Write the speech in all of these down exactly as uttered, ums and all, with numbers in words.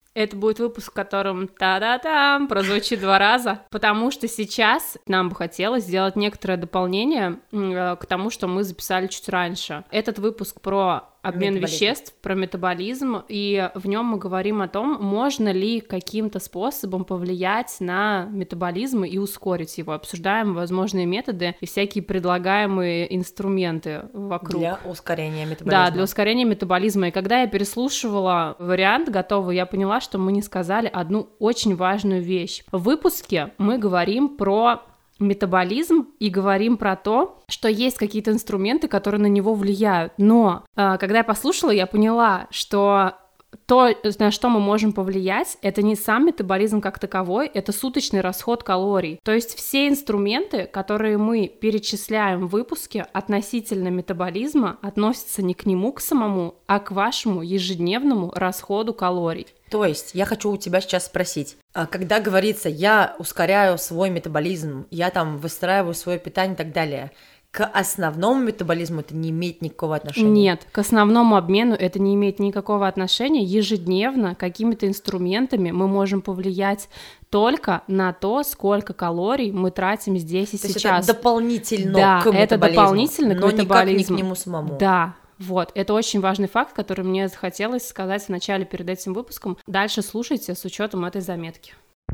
Это будет выпуск, в котором та-да-там прозвучит два раза, потому что сейчас нам бы хотелось сделать некоторое дополнение к тому, что мы записали чуть раньше. Этот выпуск про обмен метаболизм. веществ, про метаболизм, и в нем мы говорим о том, можно ли каким-то способом повлиять на метаболизм и ускорить его. Обсуждаем возможные методы и всякие предлагаемые инструменты вокруг. Для ускорения метаболизма. Да, для ускорения метаболизма. И когда я переслушивала вариант готовый, я поняла, что мы не сказали одну очень важную вещь. В выпуске мы говорим про метаболизм и говорим про то, что есть какие-то инструменты, которые на него влияют. Но э, когда я послушала, я поняла, что то, на что мы можем повлиять, это не сам метаболизм как таковой, это суточный расход калорий. То есть все инструменты, которые мы перечисляем в выпуске относительно метаболизма, относятся не к нему, к самому, а к вашему ежедневному расходу калорий. То есть я хочу у тебя сейчас спросить, когда говорится, я ускоряю свой метаболизм, я там выстраиваю свое питание и так далее, к основному метаболизму это не имеет никакого отношения? Нет, к основному обмену это не имеет никакого отношения. Ежедневно какими-то инструментами мы можем повлиять только на то, сколько калорий мы тратим здесь и то сейчас. Есть это дополнительно да, к метаболизму, это дополнительно к но метаболизму. никак не к нему самому. Да. Вот, это очень важный факт, который мне захотелось сказать в начале перед этим выпуском. Дальше слушайте с учетом этой заметки.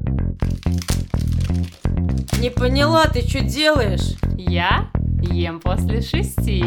Не поняла, ты что делаешь? Я ем после шести.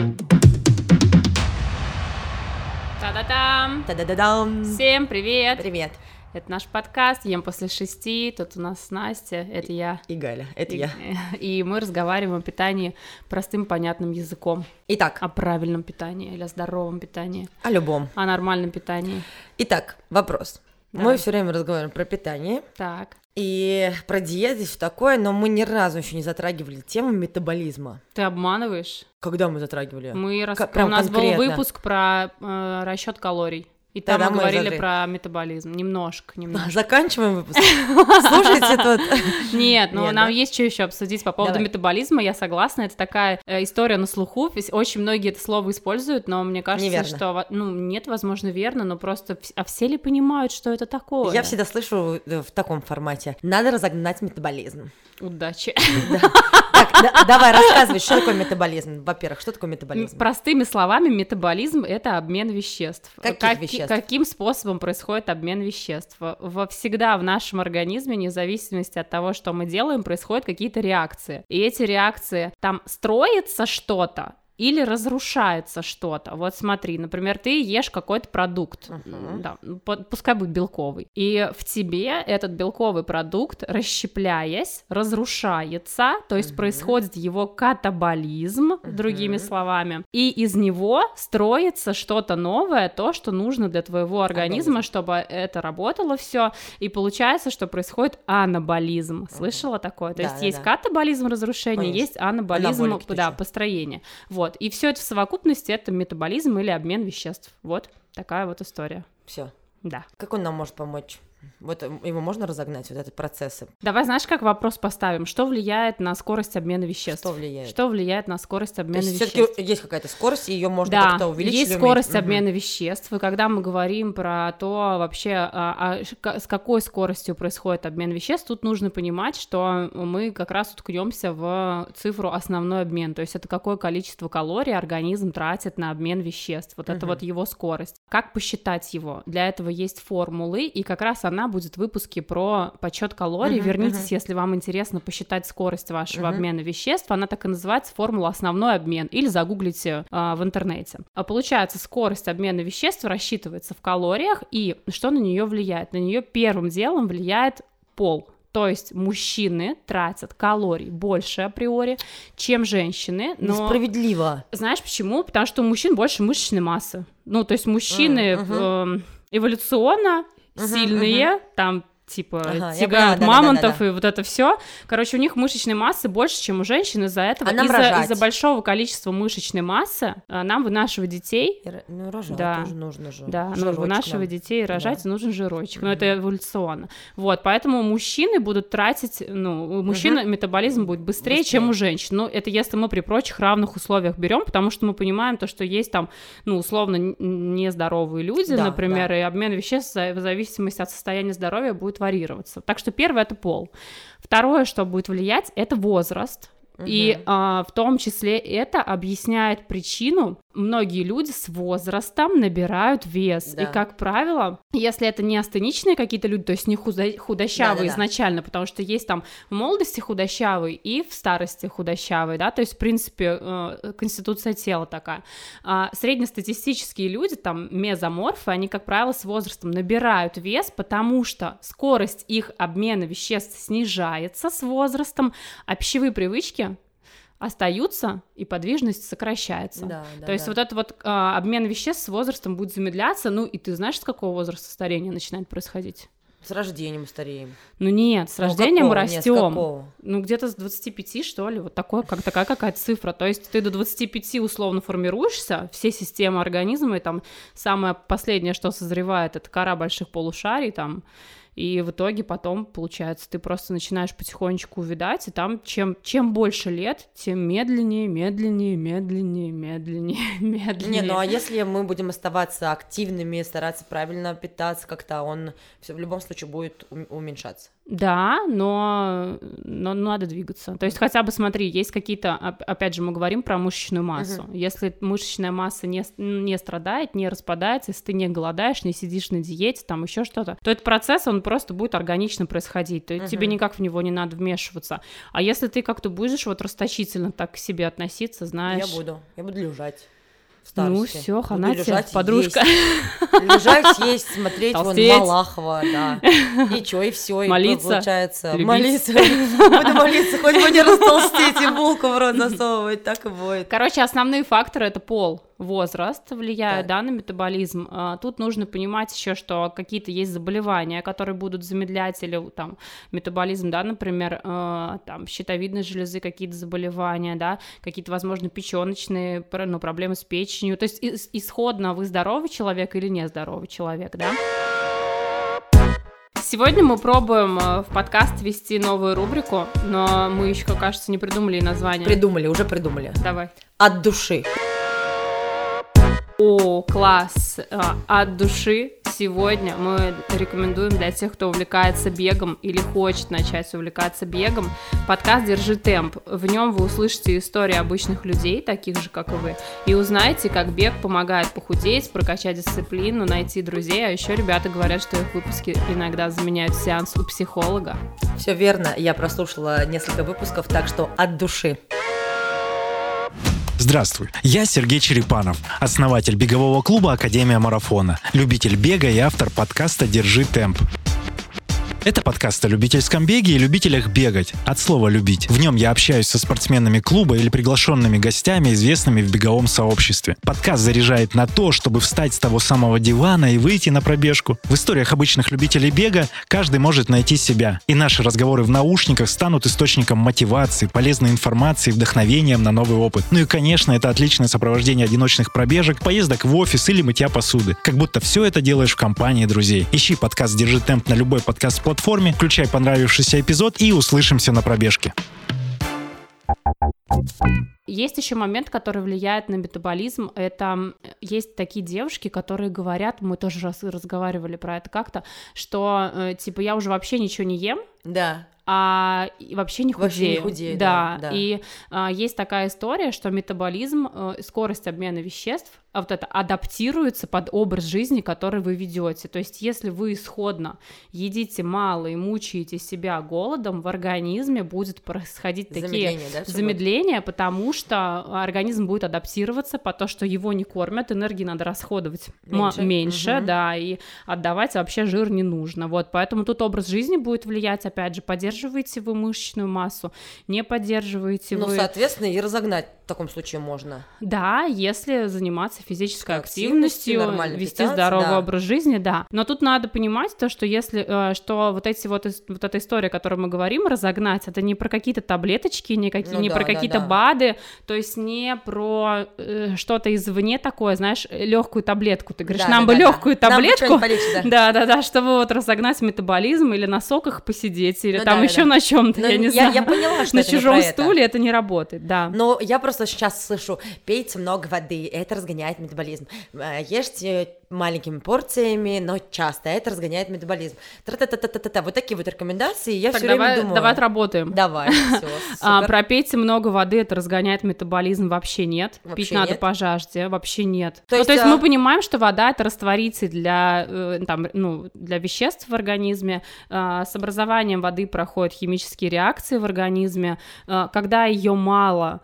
Та-да-дам! Та-да-да-дам! Всем привет! Привет! Это наш подкаст «Ем после шести», тут у нас Настя, это и, я. И Галя, это и, я. И мы разговариваем о питании простым, понятным языком. Итак. О правильном питании или о здоровом питании. О любом. О нормальном питании. Итак, вопрос. Да. Мы все время разговариваем про питание. Так. И про диеты, все такое, но мы ни разу еще не затрагивали тему метаболизма. Ты обманываешь? Когда мы затрагивали? Мы рас... К- У нас конкретно. был выпуск про э, расчет калорий. И там Тогда мы мы говорили зажили. про метаболизм. Немножко, немножко. Заканчиваем выпуск. Слушайте тут. Нет, ну Нет, нам да? есть что еще обсудить по поводу Давай. метаболизма, я согласна, это такая э, история на слуху, очень многие это слово используют, но мне кажется, Неверно. что, ну, нет, возможно, верно, но просто, вс- а все ли понимают, что это такое? Я всегда слышу в таком формате. Надо разогнать метаболизм. Удачи. Да. Так, да, давай, рассказывай, что такое метаболизм. Во-первых, что такое метаболизм? Простыми словами, метаболизм — это обмен веществ. Каких Как- веществ? Каким способом происходит обмен веществ? Во всегда в нашем организме, вне зависимости от того, что мы делаем, происходят какие-то реакции. И эти реакции, там строится что-то, или разрушается что-то. Вот смотри, например, ты ешь какой-то продукт, uh-huh. да, пускай будет белковый, и в тебе этот белковый продукт, расщепляясь, разрушается, то есть uh-huh. происходит его катаболизм, uh-huh. другими словами, и из него строится что-то новое, то, что нужно для твоего организма, Организм. чтобы это работало все, и получается, что происходит анаболизм. Uh-huh. Слышала такое? То да, есть да, есть да. катаболизм разрушения, Конечно. есть анаболизм, Анаболики, да, построение. Вот. И все это в совокупности это метаболизм или обмен веществ. Вот такая вот история. Все. Да. Как он нам может помочь? Вот его можно разогнать, вот этот процесс? Давай, знаешь, как вопрос поставим? Что влияет на скорость обмена веществ? Что влияет? Что влияет на скорость обмена То есть веществ? Все-таки есть какая-то скорость, и ее можно да, как-то увеличить? есть или скорость уменьшить? обмена Угу. веществ, и когда мы говорим про то вообще, а, а, с какой скоростью происходит обмен веществ, тут нужно понимать, что мы как раз уткнемся в цифру основной обмен, то есть это какое количество калорий организм тратит на обмен веществ, вот угу. это вот его скорость. Как посчитать его? Для этого есть формулы, и как раз она будет в выпуске про подсчет калорий. Uh-huh, Вернитесь, uh-huh. если вам интересно посчитать скорость вашего uh-huh. обмена веществ. Она так и называется, формула «основной обмен», или загуглите э, в интернете. А получается, скорость обмена веществ рассчитывается в калориях, и что на нее влияет? На нее первым делом влияет пол. То есть мужчины тратят калорий больше априори, чем женщины. Но... Несправедливо. Знаешь почему? Потому что у мужчин больше мышечной массы. Ну, то есть мужчины uh-huh. э, эволюционно uh-huh, сильные, uh-huh. там, типа ага, тягают поняла, мамонтов да, да, да, да. и вот это все. Короче, у них мышечной массы больше, чем у женщин из-за этого. А из-за, из-за большого количества мышечной массы нам вынашивать детей... И, ну, рожать да, тоже нужно же. Да, ну, вынашивать детей и рожать да. нужен жирочек, но mm-hmm. это эволюционно. Вот, поэтому мужчины будут тратить, ну, у мужчин mm-hmm. метаболизм будет быстрее, быстрее, чем у женщин. Ну, это если мы при прочих равных условиях берем, потому что мы понимаем то, что есть там, ну, условно, нездоровые люди, да, например, да. и обмен веществ в зависимости от состояния здоровья будет варьироваться. Так что первое — это пол. Второе, что будет влиять, это возраст. Uh-huh. И а, в том числе это объясняет причину. Многие люди с возрастом набирают вес. Да. И, как правило, если это не астеничные какие-то люди, то есть не худо- худощавые да, да, изначально, да. потому что есть там в молодости худощавый и в старости худощавый, да, то есть, в принципе, э, конституция тела такая. А среднестатистические люди, там, мезоморфы, они, как правило, с возрастом набирают вес, потому что скорость их обмена веществ снижается с возрастом, а пищевые привычки остаются, и подвижность сокращается. Да, да, То есть да. вот этот вот а, обмен веществ с возрастом будет замедляться, ну и ты знаешь, с какого возраста старение начинает происходить? С рождением стареем. Ну нет, с ну, рождением какого? мы растем. Нет, с какого? Ну где-то с двадцати пяти, что ли, вот такое, как, такая какая-то цифра. То есть ты до двадцати пяти условно формируешься, все системы организма, и там самое последнее, что созревает, это кора больших полушарий, там, и в итоге потом, получается, ты просто начинаешь потихонечку увядать, и там чем, чем больше лет, тем медленнее, медленнее, медленнее, медленнее, медленнее. Не, ну а если мы будем оставаться активными, стараться правильно питаться как-то, он все в любом случае будет уменьшаться. Да, но, но надо двигаться. То есть хотя бы смотри, есть какие-то, опять же, мы говорим про мышечную массу. Uh-huh. Если мышечная масса не, не страдает, не распадается, если ты не голодаешь, не сидишь на диете, там еще что-то, то этот процесс, он просто будет органично происходить. То есть uh-huh. тебе никак в него не надо вмешиваться. А если ты как-то будешь вот расточительно так к себе относиться, знаешь... Я буду, я буду лежать. Ну все, хана тебе, подружка. Есть. Лежать, есть, смотреть Толстеть. Вон Малахова, да. И чё, и все, молиться, и получается. Любить. Молиться. Буду молиться, хоть бы не растолстеть и булку в рот засовывать, так и будет. Короче, основные факторы — это пол, возраст влияет, да, на метаболизм. А, тут нужно понимать еще, что какие-то есть заболевания, которые будут замедлять или там метаболизм, да, например, э, там щитовидной железы какие-то заболевания, да, какие-то, возможно, печёночные, ну, проблемы с печенью. То есть исходно вы здоровый человек или нездоровый человек, да? Сегодня мы пробуем в подкаст ввести новую рубрику, но мы еще, кажется, не придумали название. Придумали, уже придумали. Давай. От души. О, класс! От души сегодня мы рекомендуем для тех, кто увлекается бегом или хочет начать увлекаться бегом, подкаст «Держи темп». В нем вы услышите истории обычных людей, таких же, как и вы, и узнаете, как бег помогает похудеть, прокачать дисциплину, найти друзей, а еще ребята говорят, что их выпуски иногда заменяют сеанс у психолога. Все верно, я прослушала несколько выпусков, так что от души. Здравствуй, я Сергей Черепанов, основатель бегового клуба «Академия марафона», любитель бега и автор подкаста «Держи темп». Это подкаст о любительском беге и любителях бегать, от слова «любить». В нем я общаюсь со спортсменами клуба или приглашенными гостями, известными в беговом сообществе. Подкаст заряжает на то, чтобы встать с того самого дивана и выйти на пробежку. В историях обычных любителей бега каждый может найти себя. И наши разговоры в наушниках станут источником мотивации, полезной информации, вдохновением на новый опыт. Ну и, конечно, это отличное сопровождение одиночных пробежек, поездок в офис или мытья посуды. Как будто все это делаешь в компании друзей. Ищи подкаст «Держи темп» на любой подкаст платформе, включай понравившийся эпизод и услышимся на пробежке. Есть еще момент, который влияет на метаболизм. Это есть такие девушки, которые говорят, мы тоже раз разговаривали про это как-то, что типа я уже вообще ничего не ем. Да. А вообще не худею. Вообще не худею, да. да, да. И а, есть такая история, что метаболизм, а, скорость обмена веществ, а вот это адаптируется под образ жизни, который вы ведете. То есть, если вы исходно едите мало и мучаете себя голодом, в организме будет происходить такие да, замедления, потому что организм будет адаптироваться под то, что его не кормят, энергии надо расходовать меньше, меньше угу. да, и отдавать вообще жир не нужно. Вот, поэтому тут образ жизни будет влиять, опять же, поддерживаете вы мышечную массу, не поддерживаете ну, вы... Ну, соответственно, и разогнать таком случае можно? Да, если заниматься физической активностью, активностью вести питаться, здоровый да. образ жизни, да. Но тут надо понимать то, что если, что вот эти вот, вот эта история, о которой мы говорим, разогнать, это не про какие-то таблеточки, не, какие, ну, не да, про да, какие-то да. БАДы, то есть не про э, что-то извне такое, знаешь, легкую таблетку. Ты говоришь, да, нам да, бы да, легкую да. таблетку, полечит, да, да, да, чтобы вот разогнать метаболизм или на соках посидеть, или ну, там да, еще да. на чем-то, ну, я не я, знаю. Я поняла, что на это не чужом про это. стуле это не работает, да. Но я просто сейчас слышу, пейте много воды, это разгоняет метаболизм. Ешьте маленькими порциями, но часто, это разгоняет метаболизм. Тра-та-та-та-та-та. Вот такие вот рекомендации, я Так, все давай, время думаю. давай отработаем. Давай, все, А, пропейте много воды, это разгоняет метаболизм, вообще нет. Вообще Пить надо нет? по жажде, вообще нет. То ну, есть, то есть а... мы понимаем, что вода — это растворитель для, э, там, ну, для веществ в организме. Э, с образованием воды проходят химические реакции в организме. Э, когда ее мало,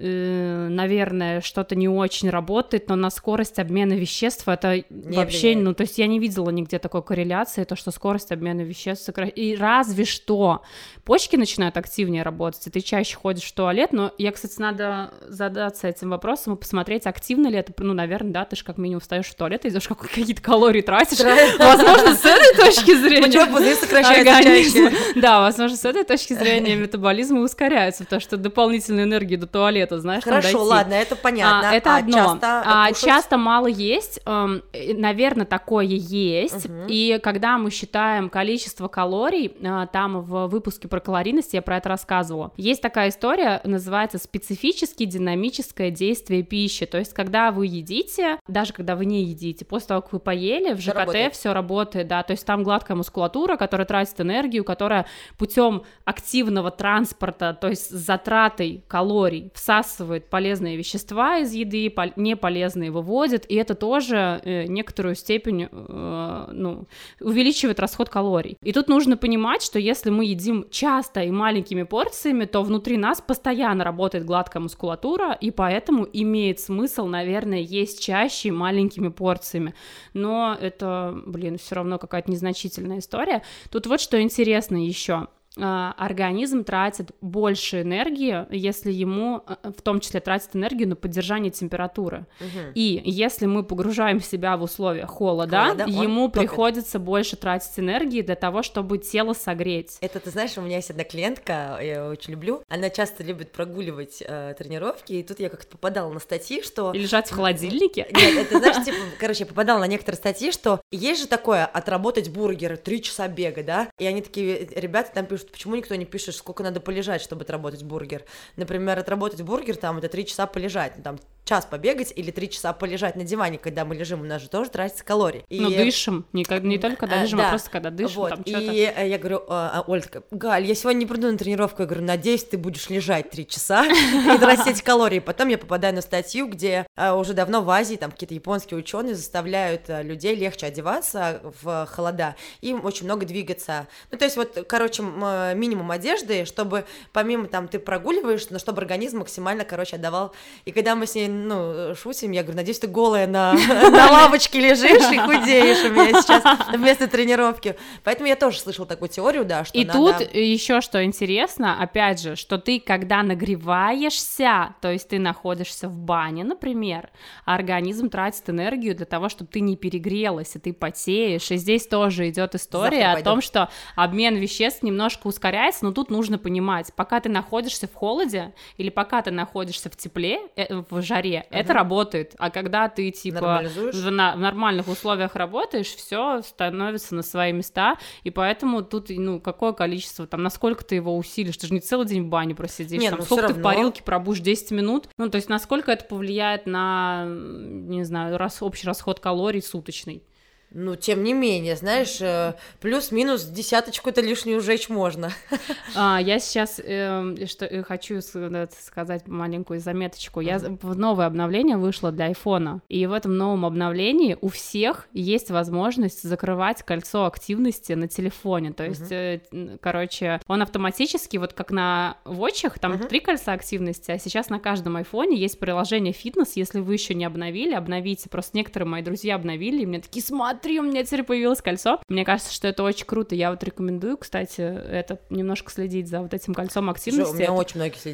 наверное, что-то не очень работает, но на скорость обмена веществ это не вообще, влияет. ну, то есть я не видела нигде такой корреляции, то, что скорость обмена веществ сокращается. И разве что почки начинают активнее работать, и ты чаще ходишь в туалет, но я, кстати, надо задаться этим вопросом и посмотреть, активно ли это, ну, наверное, да, ты же как минимум встаешь в туалет, идешь, какие-то калории тратишь, возможно, с этой точки зрения Почему пузырь сокращается чаще? Да, возможно, с этой точки зрения метаболизм ускоряется, потому что дополнительной энергии до туалета, знаешь, хорошо, ладно, это понятно. А, это а одно. Часто, а, часто мало есть, эм, наверное, такое есть. Угу. И когда мы считаем количество калорий, э, там в выпуске про калорийность я про это рассказывала. Есть такая история, называется специфически динамическое действие пищи. То есть, когда вы едите, даже когда вы не едите, после того, как вы поели, в ЖКТ все работает, да. То есть там гладкая мускулатура, которая тратит энергию, которая путем активного транспорта, то есть с затратой калорий, всасывает всасывает полезные вещества из еды, неполезные выводит, и это тоже э, некоторую степень э, ну, увеличивает расход калорий. И тут нужно понимать, что если мы едим часто и маленькими порциями, то внутри нас постоянно работает гладкая мускулатура, и поэтому имеет смысл, наверное, есть чаще и маленькими порциями. Но это, блин, все равно какая-то незначительная история. Тут вот что интересно еще. Организм тратит больше энергии, если ему, в том числе, тратит энергию на поддержание температуры. Угу. И если мы погружаем себя в условия холода, холода ему приходится топит. больше тратить энергии для того, чтобы тело согреть. Это, ты знаешь, у меня есть одна клиентка, я очень люблю, она часто любит прогуливать э, тренировки, и тут я как-то попадала на статьи, что... И лежать в холодильнике? Нет, это, знаешь, типа, короче, я попадала на некоторые статьи, что есть же такое, отработать бургеры, три часа бега, да, и они такие, ребята там пишут, почему никто не пишет, сколько надо полежать, чтобы отработать бургер. Например, отработать бургер, там, это три часа полежать, там, час побегать или три часа полежать на диване, когда мы лежим, у нас же тоже тратится калорий. И... Ну, дышим, не, не только когда лежим, а, а просто когда дышим, вот. там что-то. И я говорю, а, Оля такая, Галь, я сегодня не приду на тренировку, я говорю, надеюсь, ты будешь лежать три часа и тратить калории. Потом я попадаю на статью, где а, уже давно в Азии, там, какие-то японские ученые заставляют а, людей легче одеваться в холода, им очень много двигаться. Ну, то есть вот, короче, минимум одежды, чтобы помимо, там, ты прогуливаешь, но чтобы организм максимально, короче, отдавал. И когда мы с ней, ну, шутим, я говорю, надеюсь, ты голая на, на лавочке лежишь и худеешь у меня сейчас вместо тренировки. Поэтому я тоже слышала такую теорию, да, что И надо... тут еще что интересно, опять же, что ты, когда нагреваешься, то есть ты находишься в бане, например, организм тратит энергию для того, чтобы ты не перегрелась, и ты потеешь, и здесь тоже идет история о том, что обмен веществ немножко ускоряется, но тут нужно понимать, пока ты находишься в холоде или пока ты находишься в тепле, в жаре, uh-huh. это работает, а когда ты типа в, на, в нормальных условиях работаешь, все становится на свои места, и поэтому тут, ну, какое количество, там, насколько ты его усилишь, ты же не целый день в бане просидишь, не, там, ну, сколько ты равно... в парилке пробудешь десять минут, ну, то есть насколько это повлияет на, не знаю, рас, общий расход калорий суточный. Ну, тем не менее, знаешь, плюс-минус десяточку-то лишнюю ужечь можно. А, я сейчас э, что, хочу сказать маленькую заметочку. Я, uh-huh. Новое обновление вышло для айфона, и в этом новом обновлении у всех есть возможность закрывать кольцо активности на телефоне. То есть, uh-huh. э, короче, он автоматически, вот как на вотчах, там uh-huh. три кольца активности, а сейчас на каждом айфоне есть приложение фитнес. Если вы еще не обновили, обновите. Просто некоторые мои друзья обновили, и мне такие, смотри, у меня теперь появилось кольцо. Мне кажется, что это очень круто. Я вот рекомендую, кстати, это немножко следить за вот этим кольцом активности. Слушай, у меня это... очень многие следят.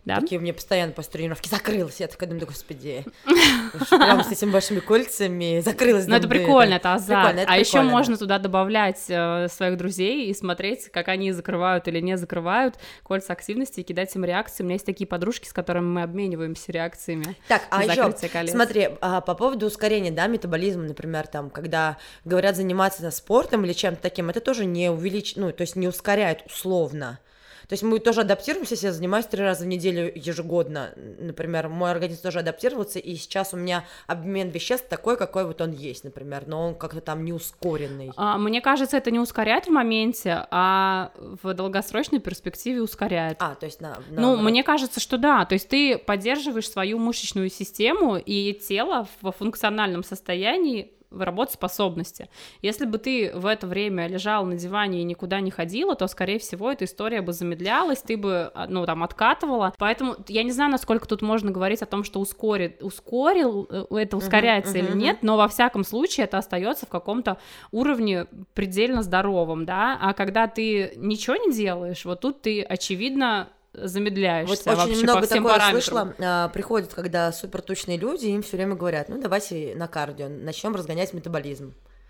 Да? Такие у меня постоянно после тренировки закрылась. Я такая думаю, господи, прям с этими большими кольцами закрылась. Ну, это прикольно, это азарт. А еще прикольно, можно да. туда добавлять э, своих друзей и смотреть, как они закрывают или не закрывают кольца активности и кидать им реакции. У меня есть такие подружки, с которыми мы обмениваемся реакциями. Так, а еще, колец. смотри, а, по поводу ускорения, да, метаболизма, например, там, когда говорят заниматься спортом или чем-то таким, это тоже не увеличивает, ну, то есть не ускоряет условно. То есть мы тоже адаптируемся, если я занимаюсь три раза в неделю ежегодно, например, мой организм тоже адаптировался, и сейчас у меня обмен веществ такой, какой вот он есть, например, но он как-то там не ускоренный. А, мне кажется, это не ускоряет в моменте, а в долгосрочной перспективе ускоряет. А, то есть на... на ну, мне кажется, что да, то есть ты поддерживаешь свою мышечную систему и тело в функциональном состоянии, в работоспособности. Если бы ты в это время лежала на диване и никуда не ходила, то, скорее всего, эта история бы замедлялась, ты бы, ну, там, откатывала. Поэтому я не знаю, насколько тут можно говорить о том, что ускорит, ускорил, это ускоряется uh-huh, uh-huh, или нет, но во всяком случае это остается в каком-то уровне предельно здоровом, да, а когда ты ничего не делаешь, вот тут ты, очевидно, замедляешься. Вот очень много по всем такое параметрам. слышала, а, приходят, когда супертучные люди, им все время говорят, ну давайте на кардио, начнем разгонять метаболизм.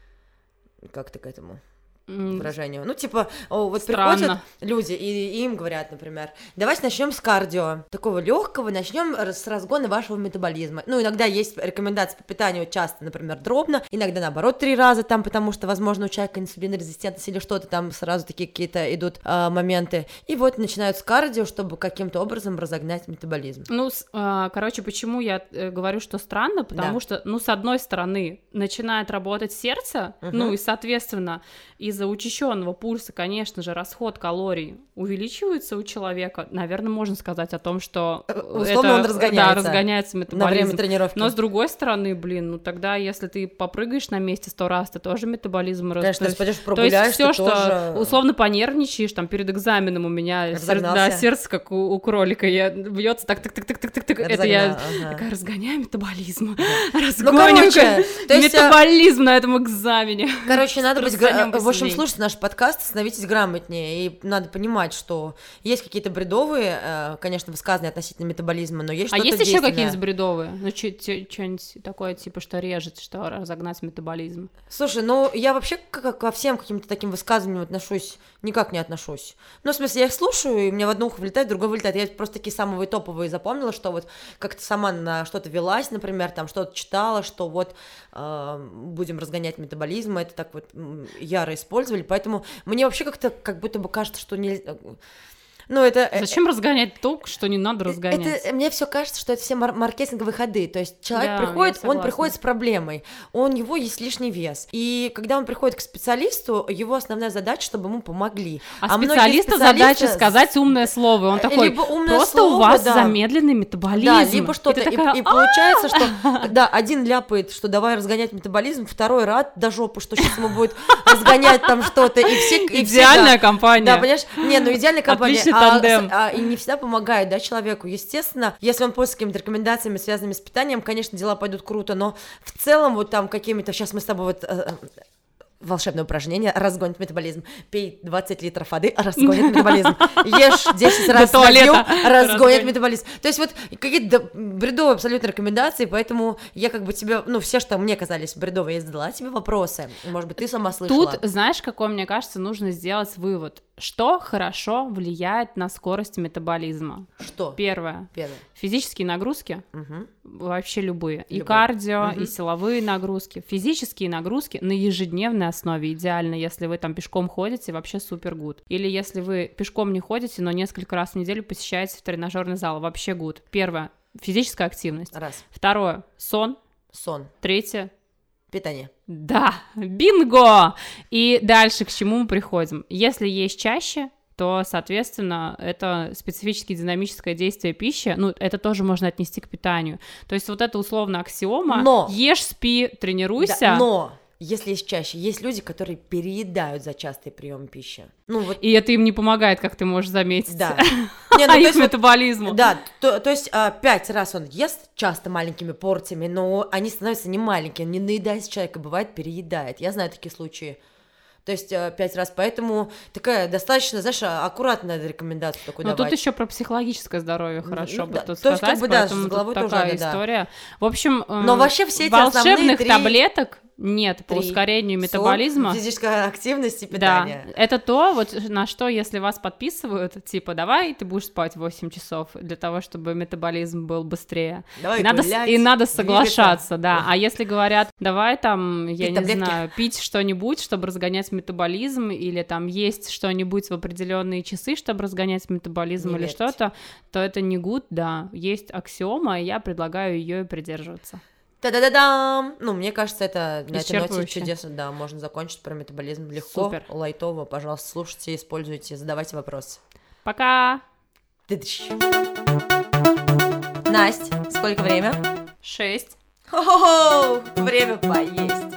Как ты к этому выражению? Ну, типа, о, вот Странно. приходят люди, и, и им говорят, например, давайте начнем с кардио, такого легкого, начнем с разгона вашего метаболизма. Ну, иногда есть рекомендации по питанию, часто, например, дробно, иногда, наоборот, три раза там, потому что, возможно, у человека инсулинорезистентность или что-то там, сразу такие какие-то идут э, моменты. И вот начинают с кардио, чтобы каким-то образом разогнать метаболизм. Ну, с, э, короче, почему я э, говорю, что странно, потому да. что, ну, с одной стороны, начинает работать сердце, uh-huh. ну, и, соответственно, из-за учащенного пульса, конечно же, расход калорий увеличивается у человека. Наверное, можно сказать о том, что условно это, он разгоняется, да, разгоняется метаболизм. На время тренировки. Но с другой стороны, блин, ну тогда, если ты попрыгаешь на месте сто раз, ты тоже метаболизм растет. Конечно, ты пойдешь прогуляешь, то есть все, ты что тоже... условно понервничаешь, там перед экзаменом у меня сердце, да, сердце как у, у кролика, я бьется так, так, так, так, так, так, так. Это я ага. такая разгоняю метаболизм, да. разгоню ну, короче, метаболизм на этом экзамене. Короче, надо быть, в общем, слушать наш подкаст, становитесь грамотнее, и надо понимать, что есть какие-то бредовые, конечно, высказывания относительно метаболизма, но есть а что-то есть действенное. еще какие-то бредовые? Ну, что-нибудь такое, типа, что режет, что разогнать метаболизм? Слушай, ну, я вообще как ко всем каким-то таким высказываниям отношусь, никак не отношусь. Ну, в смысле, я их слушаю, и у меня в одно ухо вылетает, в другое вылетает. Я просто такие самые топовые запомнила, что вот как-то сама на что-то велась, например, там что-то читала, что вот э, будем разгонять метаболизм, это так вот яро использовали, поэтому мне вообще как-то как будто бы кажется, что нельзя... Ну, это... Зачем разгонять то, что не надо разгонять? Это, мне все кажется, что это все мар- маркетинговые ходы. То есть человек да, приходит, он приходит с проблемой, у него есть лишний вес. И когда он приходит к специалисту, его основная задача, чтобы ему помогли. А, а специалиста задача сказать умное слово. Он такой, просто слово, у вас да. замедленный метаболизм. Да, либо что-то. И, такая, и получается, что да, один ляпает, что давай разгонять метаболизм, второй рад до жопы, что сейчас ему будет разгонять там что-то. И все, и идеальная все, да. компания. Да, понимаешь? Не, ну идеальная компания. Отличный тандем. А, а, и не всегда помогает, да, человеку. Естественно, если он пользуется какими-то рекомендациями, связанными с питанием, конечно, дела пойдут круто, но в целом вот там какими-то... Сейчас мы с тобой вот... Э, волшебное упражнение, разгонит метаболизм. Пей двадцать литров воды, разгонит метаболизм. Ешь десять раз воду, разгонит метаболизм. То есть вот какие-то бредовые абсолютно рекомендации, поэтому я как бы тебе, ну, все, что мне казались бредовые, я задала тебе вопросы. Может быть, ты сама слышала. Тут, знаешь, какой, мне кажется, нужно сделать вывод. Что хорошо влияет на скорость метаболизма? Что? Первое. Первое. Физические нагрузки, угу. вообще любые. любые. И кардио, угу. и силовые нагрузки. Физические нагрузки на ежедневной основе идеально, если вы там пешком ходите, вообще супер гуд. Или если вы пешком не ходите, но несколько раз в неделю посещаете тренажерный зал, вообще гуд. Первое. Физическая активность. Раз. Второе. Сон. Сон. Третье. Питание. Да, бинго! И дальше к чему мы приходим? Если есть чаще, то, соответственно, это специфически динамическое действие пищи, ну, это тоже можно отнести к питанию. То есть вот это условно аксиома, но... ешь, спи, тренируйся. Да, но... Если есть чаще, есть люди, которые переедают за частый прием пищи. Ну, вот... И это им не помогает, как ты можешь заметить. Да. Не, ну, а их метаболизму. Да, то, то есть а, пять раз он ест часто маленькими порциями, но они становятся не маленькими, не наедаясь человека, бывает переедает. Я знаю такие случаи. То есть пять раз, поэтому такая достаточно, знаешь, аккуратная рекомендация такую давать. Но тут еще про психологическое здоровье хорошо ну, бы да, тут то, сказать, чтобы, поэтому да, тут такая надо, история. Да. В общем, но вообще все эти волшебных три... таблеток нет по три. ускорению метаболизма. Сон, физическая активность и питание. Да, это то, вот на что, если вас подписывают, типа, давай ты будешь спать восемь часов для того, чтобы метаболизм был быстрее. Давай и, надо, гулять, и надо соглашаться, двигаться. да. А если говорят, давай там, я пить не таблетки. знаю, пить что-нибудь, чтобы разгонять метаболизм, или там есть что-нибудь в определенные часы, чтобы разгонять метаболизм не или верьте. что-то, то это не good, да. Есть аксиома, и я предлагаю ее и придерживаться. Та-да-да-дам! Ну, мне кажется, это на этой ноте чудесно, да, можно закончить про метаболизм легко, Супер. лайтово, пожалуйста, слушайте, используйте, задавайте вопросы. Пока! Настя, сколько время? Шесть. Хо-хо-хо! Время поесть.